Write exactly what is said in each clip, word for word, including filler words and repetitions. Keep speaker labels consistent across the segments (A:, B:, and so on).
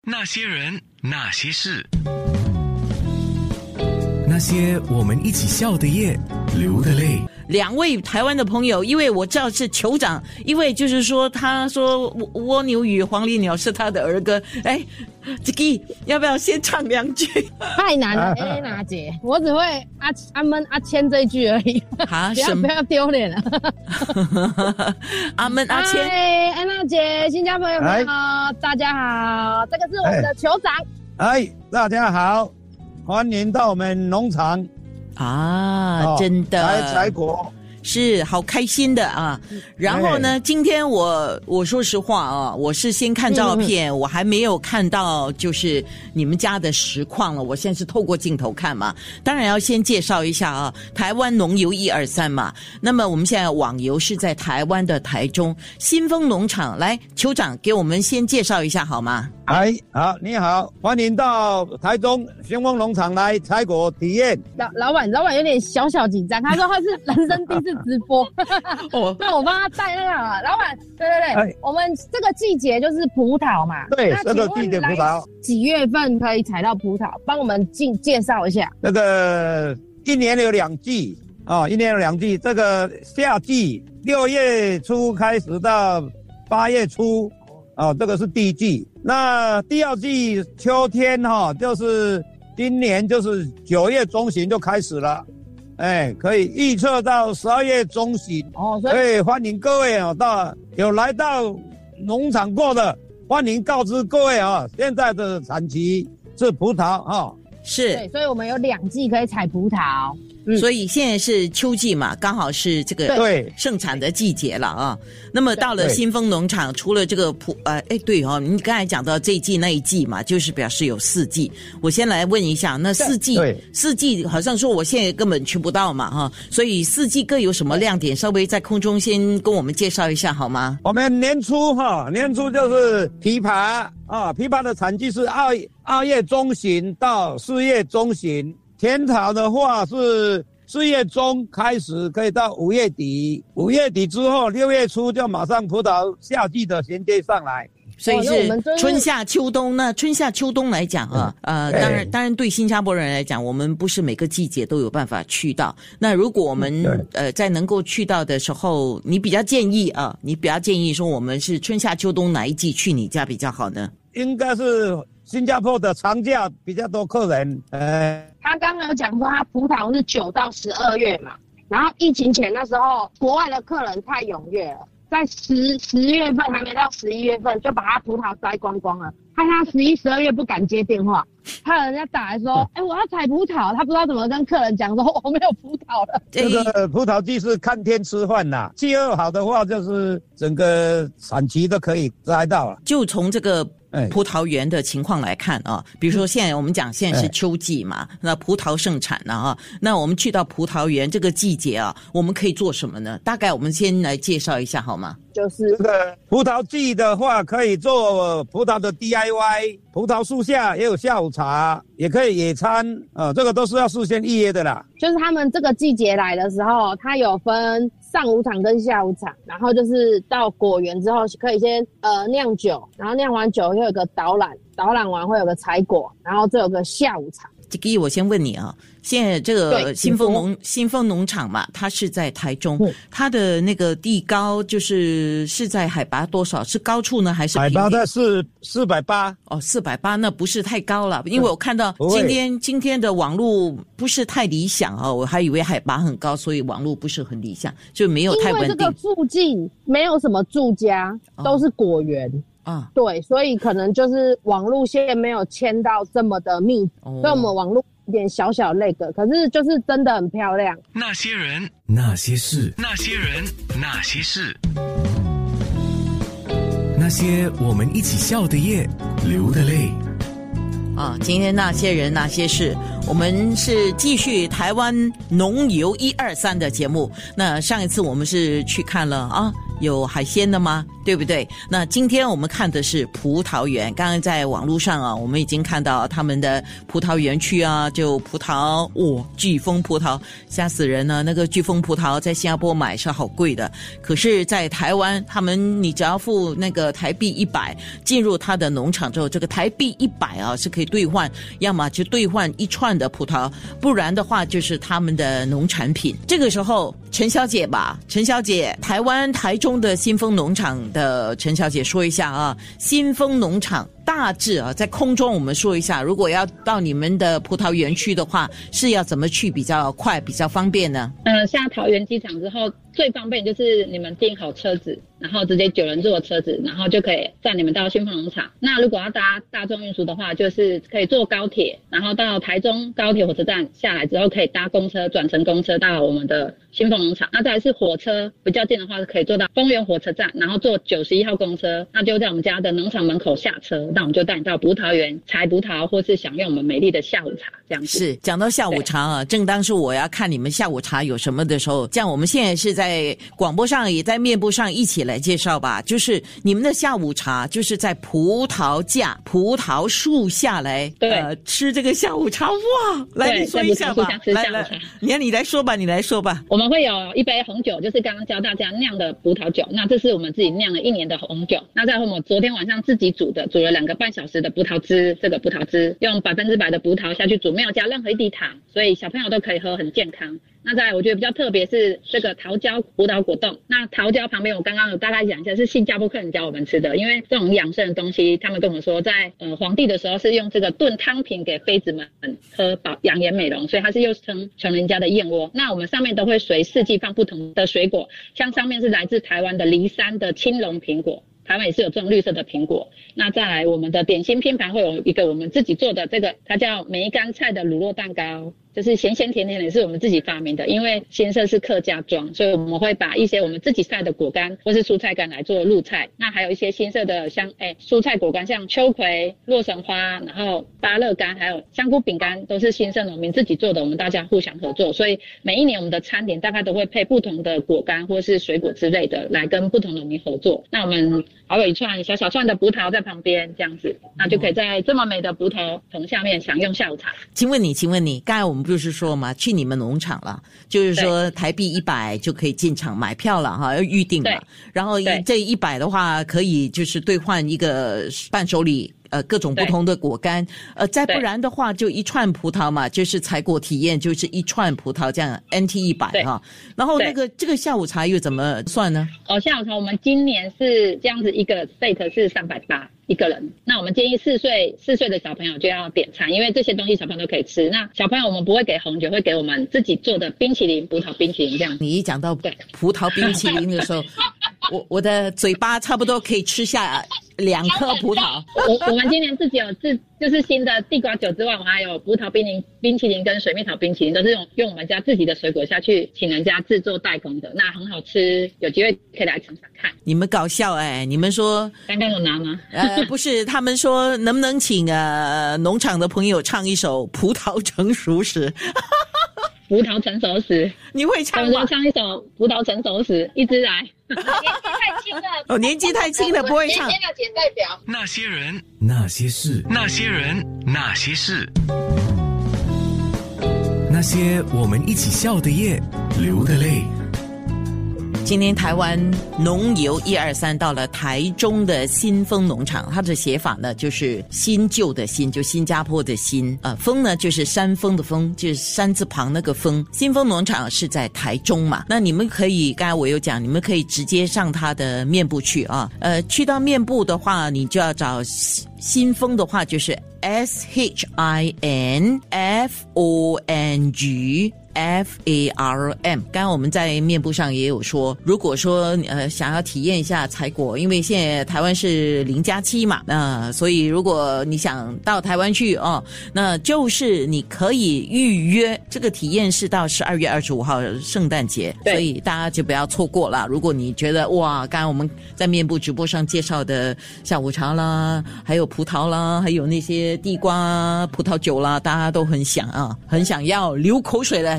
A: 那些人，那些事，
B: 那些我们一起笑的夜，流的泪。
C: 两位台湾的朋友，一位我知道是酋长，一位就是说他说蜗牛与黄鹂鸟是他的儿歌。哎，这个要不要先唱两句？
D: 太难了，哎，娜姐，我只会阿阿闷阿谦这一句而已。
C: 啊，
D: 不要不要丢脸了。
C: 阿闷阿谦，
D: 哎，安娜姐，新加坡的朋友大家好，这个是我们的酋长。
E: 哎，大家好，欢迎到我们农场。
C: 啊，哦、真的，
E: 来采果
C: 是好开心的啊！然后呢，今天我我说实话啊，我是先看照片，嗯、我还没有看到就是你们家的实况了。我现在是透过镜头看嘛，当然要先介绍一下啊，台湾农游一二三嘛。那么我们现在网游是在台湾的台中新丰农场，来，酋长给我们先介绍一下好吗？
E: 哎，好，你好，欢迎到台中新丰农场来采果体验。
D: 老老板，老板有点小小紧张，他说他是人生第一次直播，哦，那我帮他带那个老板，对对对，哎、我们这个季节就是葡萄嘛，
E: 对，这个季节葡萄，
D: 几月份可以采到葡萄？帮我们介介绍一下。
E: 这个一年有两季啊、哦，一年有两季，这个夏季六月初开始到八月初。哦，这个是第一季。那第二季秋天哈、哦，就是今年就是九月中旬就开始了，哎，可以预测到十二月中旬。哦，所以欢迎各位啊、哦，到有来到农场过的，欢迎告知各位啊、哦，现在的产期是葡萄哈、哦。
C: 是，
D: 对，所以我们有两季可以采葡萄。嗯、
C: 所以现在是秋季嘛，刚好是这个
E: 对
C: 盛产的季节了啊。那么到了新丰农场，除了这个葡呃，哎对哦，你刚才讲到这一季那一季嘛，就是表示有四季。我先来问一下，那四季四季好像说我现在根本去不到嘛哈，所以四季各有什么亮点？稍微在空中先跟我们介绍一下好吗？
E: 我们年初哈，年初就是枇杷啊，枇杷的产季是二二月中旬到四月中旬。甜桃的话是四月中开始，可以到五月底，五月底之后六月初就马上葡萄夏季的衔接上来。
C: 所以是春夏秋冬呢？春夏秋冬来讲啊，呃，当然，当然对新加坡人来讲，我们不是每个季节都有办法去到。那如果我们呃在能够去到的时候，你比较建议啊，你比较建议说我们是春夏秋冬哪一季去你家比较好呢？
E: 应该是新加坡的长假比较多客人，呃，
D: 他刚刚有讲说他葡萄是九到十二月嘛，然后疫情前那时候国外的客人太踊跃了，在十十月份还没到十一月份就把他葡萄摘光光了，害他十一十二月不敢接电话，怕人家打来说，哎、欸，我要采葡萄，他不知道怎么跟客人讲说我没有葡萄了。
E: 这个葡萄季是看天吃饭呐，气候好的话就是整个产期都可以摘到了。
C: 就从这个葡萄园的情况来看啊，比如说现在我们讲现在是秋季嘛，那葡萄盛产了啊，那我们去到葡萄园这个季节啊，我们可以做什么呢？大概我们先来介绍一下好吗？
D: 就是
E: 这个葡萄季的话，可以做葡萄的 D I Y， 葡萄树下也有下午茶，也可以野餐啊、呃，这个都是要事先预约的啦。
D: 就是他们这个季节来的时候，它有分上午场跟下午场，然后就是到果园之后可以先呃酿酒，然后酿完酒会有个导览，导览完会有个采果，然后这有个下午场。
C: 这个我先问你啊，现在这个新丰农新丰农场嘛，它是在台中，嗯、它的那个地高就是是在海拔多少？是高处呢还是平地？
E: 海拔在四四百八
C: 哦，四百八那不是太高了，因为我看到今天今天的网络不是太理想啊、哦，我还以为海拔很高，所以网络不是很理想，就没有太稳定。
D: 因为这个附近没有什么住家，都是果园。哦
C: 啊，
D: 对，所以可能就是网路线没有牵到这么的密，哦、所以我们网路有点小小那个，可是就是真的很漂亮。
A: 那些人，
B: 那些事，
A: 那些人，那些事，
B: 那些我们一起笑的夜，流的泪。
C: 啊，今天那些人那些事，我们是继续台湾农游一二三的节目。那上一次我们是去看了啊有海鲜的吗？对不对？那今天我们看的是葡萄园，刚刚在网络上啊，我们已经看到他们的葡萄园区啊，就葡萄，哇，飓风葡萄，吓死人了！那个飓风葡萄在新加坡买是好贵的，可是在台湾，他们你只要付那个台币一百，进入他的农场之后，这个台币一百啊是可以兑换，要么就兑换一串的葡萄，不然的话就是他们的农产品。这个时候，陈小姐吧，陈小姐，台湾台中的新丰农场的陈小姐说一下啊，新丰农场大致啊，在空中我们说一下，如果要到你们的葡萄园区的话，是要怎么去比较快、比较方便呢？
F: 呃，下桃园机场之后，最方便就是你们订好车子，然后直接九人座的车子，然后就可以载你们到新丰农场。那如果要搭大众运输的话，就是可以坐高铁，然后到台中高铁火车站下来之后，可以搭公车转乘公车到我们的新丰农场。那再来是火车，比较近的话是可以坐到丰原火车站，然后坐九十一号公车，那就在我们家的农场门口下车，那我们就带你到葡萄园采葡萄，或是享用我们美丽的下午茶这样子。
C: 是，讲到下午茶啊，正当是我要看你们下午茶有什么的时候，这样我们现在是在广播上也在面部上一起来介绍吧，就是你们的下午茶就是在葡萄架、葡萄树下来呃吃这个下午茶。哇，来你说一下吧，来来，你看你来说吧，你来说吧。
F: 我们会有一杯红酒，就是刚刚教大家酿的葡萄酒，那这是我们自己酿了一年的红酒。那再我们昨天晚上自己煮的，煮了两个半小时的葡萄汁，这个葡萄汁用百分之百的葡萄下去煮，没有加任何一滴糖，所以小朋友都可以喝，很健康。那再来我觉得比较特别是这个桃胶葡萄果冻，那桃胶旁边我刚刚有大概讲一下，是新加坡客人教我们吃的，因为这种养生的东西他们跟我们说在呃皇帝的时候是用这个炖汤品给妃子们喝，保养颜美容，所以它是又称穷人家的燕窝。那我们上面都会随四季放不同的水果，像上面是来自台湾的梨山的青龙苹果，台湾也是有这种绿色的苹果。那再来我们的点心拼盘会有一个我们自己做的，这个它叫梅干菜的乳酪蛋糕，就是咸咸甜甜的，也是我们自己发明的。因为新社是客家庄，所以我们会把一些我们自己晒的果干或是蔬菜干来做入菜。那还有一些新社的像诶蔬菜果干，像秋葵、洛神花，然后芭乐干，还有香菇饼干，都是新社农民自己做的，我们大家互相合作。所以每一年我们的餐点大概都会配不同的果干或是水果之类的来跟不同农民合作。那我们还有一串小小串的葡萄在旁边，这样子，那就可以在这么美的葡萄棚下面享用下午茶。
C: 请问你，请问你，刚才我们不是说嘛，去你们农场了，就是说台币一百就可以进场买票了哈，要预定了。然后这一百的话，可以就是兑换一个伴手礼。呃，各种不同的果干，呃，再不然的话，就一串葡萄嘛，就是采果体验，就是一串葡萄这样 N T 一百哈。然后那个这个下午茶又怎么算呢？
F: 哦，下午茶我们今年是这样子，一个 set 是三百八一个人。那我们建议四岁四岁的小朋友就要点餐，因为这些东西小朋友都可以吃。那小朋友我们不会给红酒，会给我们自己做的冰淇淋，葡萄冰淇淋这样。
C: 你一讲到葡萄冰淇淋的时候，我我的嘴巴差不多可以吃下两颗葡萄。
F: 我我们今年自己有自就是新的地瓜酒之外，我还有葡萄冰淇淋冰淇淋跟水蜜桃冰淇淋，都是用用我们家自己的水果下去请人家制作代工的，那很好吃，有机会可以来尝尝看。
C: 你们搞笑哎！你们说
F: 刚刚有拿吗？
C: 呃，不是，他们说能不能请呃农场的朋友唱一首《葡萄成熟时》？
F: 葡萄成熟时，
C: 你会唱吗？
F: 我唱一首《葡萄成熟时》，一直来。
D: 年纪太轻了，
C: 哦，年纪太轻了，不会唱。
D: 年姐代表
A: 那些人，
B: 那些事，
A: 那些人，那些事，
B: 那些我们一起笑的夜，流的泪。
C: 今天台湾农游一二三到了台中的新丰农场，它的写法呢就是新旧的新，就新加坡的新，呃，丰呢就是山峰的峰，就是山字旁那个峰。新丰农场是在台中嘛，那你们可以，刚才我有讲，你们可以直接上它的面部去啊，呃，去到面部的话，你就要找新丰的话就是 S H I N F O N G F A R M。 刚刚我们在面部上也有说，如果说呃想要体验一下采果，因为现在台湾是零加七嘛，那、呃、所以如果你想到台湾去哦，那就是你可以预约，这个体验是到十二月二十五号圣诞节，所以大家就不要错过了。如果你觉得哇，刚刚我们在面部直播上介绍的下午茶啦，还有葡萄啦，还有那些地瓜葡萄酒啦，大家都很想啊，很想要流口水了，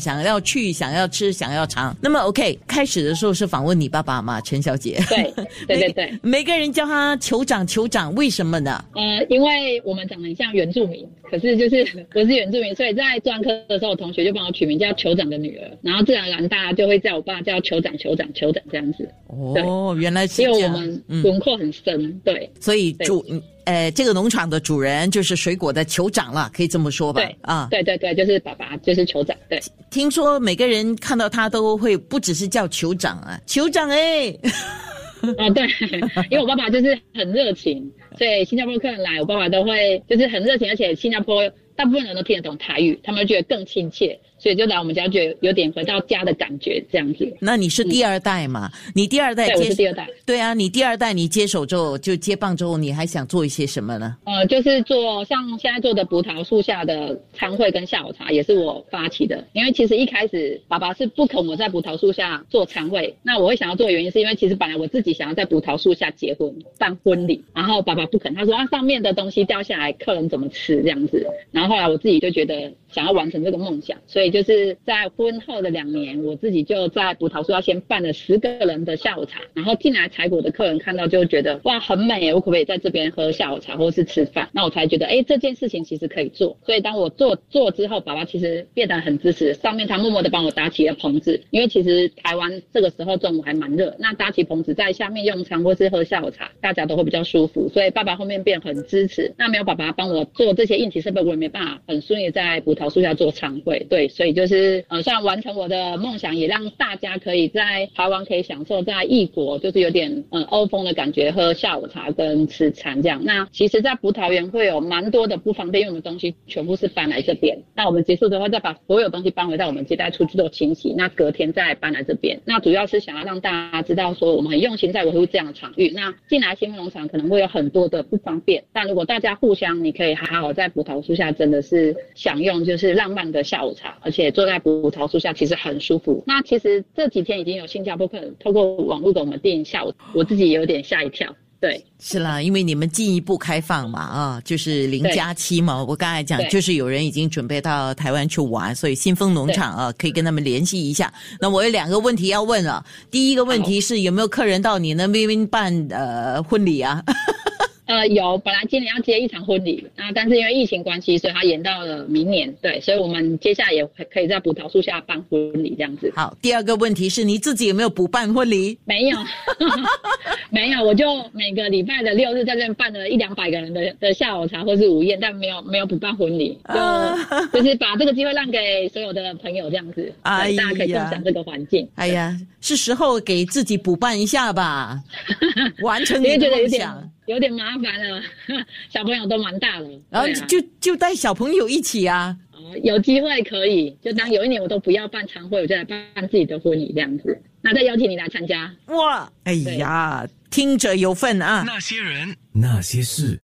C: 想要去，想要吃，想要尝。那么 OK， 开始的时候是访问你爸爸嘛，陈小姐。
F: 对对对对，
C: 每个人叫他酋长酋长，为什么呢？
F: 呃，因为我们长得很像原住民，可是就是不是原住民，所以在专科的时候，同学就帮我取名叫酋长的女儿，然后自然而然大家就会叫我爸叫酋长酋长酋长这样子。
C: 哦，原来是这样。
F: 因为我们轮廓很深，嗯、对，
C: 所以主呃这个农场的主人就是水果的酋长了，可以这么说吧？
F: 对
C: 啊，
F: 对对对，就是爸爸就是酋长。对，
C: 听说每个人看到他都会不只是叫酋长啊，酋长哎。
F: 哦，对，因为我爸爸就是很热情，所以新加坡客人来，我爸爸都会就是很热情，而且新加坡大部分人都听得懂台语，他们觉得更亲切，所以就来我们家觉得有点回到家的感觉这样子。
C: 那你是第二代嘛？嗯、你第二代接，
F: 对，我是第二代。
C: 对啊，你第二代你接手之后就接棒之后，你还想做一些什么呢？
F: 呃，就是做像现在做的葡萄树下的餐会跟下午茶，也是我发起的。因为其实一开始爸爸是不肯我在葡萄树下做餐会，那我会想要做的原因是因为其实本来我自己想要在葡萄树下结婚办婚礼，然后爸爸不肯，他说啊上面的东西掉下来，客人怎么吃这样子。然后后来我自己就觉得想要完成这个梦想，所以就是在婚后的两年，我自己就在葡萄树下先办了十个人的下午茶，然后进来采果的客人看到就觉得哇很美耶，我可不可以在这边喝下午茶或是吃饭？那我才觉得哎这件事情其实可以做。所以当我做做之后，爸爸其实变得很支持，上面他默默的帮我搭起了棚子，因为其实台湾这个时候中午还蛮热，那搭起棚子在下面用餐或是喝下午茶，大家都会比较舒服，所以爸爸后面变很支持。那没有爸爸帮我做这些硬体设备，我也没办法很顺利在葡萄树下做餐会。对，所以就是呃算完成我的梦想，也让大家可以在台湾可以享受在异国就是有点嗯欧风的感觉，喝下午茶跟吃餐这样。那其实在葡萄园会有蛮多的不方便用的东西全部是搬来这边，那我们结束之后再把所有东西搬回到我们接待处去做清洗，那隔天再搬来这边。那主要是想要让大家知道说我们很用心在维护这样的场域。那进来新丰农场可能会有很多的不方便，但如果大家互相你可以好好在葡萄树下真的是享用就是浪漫的下午茶，而且坐在葡萄树下其实很舒服。那其实这几天已经有新加坡客人透过网络给我们订下午，我自己有点吓一跳。对，
C: 是啦，因为你们进一步开放嘛，啊，就是零加七嘛。我刚才讲，就是有人已经准备到台湾去玩，所以新丰农场啊，可以跟他们联系一下。那我有两个问题要问了，第一个问题是有没有客人到你那边办呃婚礼啊？
F: 呃，有，本来今年要接一场婚礼，那但是因为疫情关系，所以它延到了明年。对，所以我们接下来也可以在葡萄树下办婚礼这样子。
C: 好，第二个问题是你自己有没有补办婚礼？
F: 没有，没有，我就每个礼拜的六日在这边办了一两百个人的的下午茶或是午宴，但没有没有补办婚礼，就、啊、就是把这个机会让给所有的朋友这样子，哎、大家可以共享这个环境。
C: 哎呀，是时候给自己补办一下吧，完成你的梦想。
F: 有点麻烦了，小朋友都蛮大了，
C: 然后就、啊、就带小朋友一起啊。
F: 哦，有机会可以，就当有一年我都不要办餐会，我就来办自己的婚礼这样子。那再邀请你来参加。
C: 哇，哎呀，听者有份啊。
A: 那些人，
B: 那些事。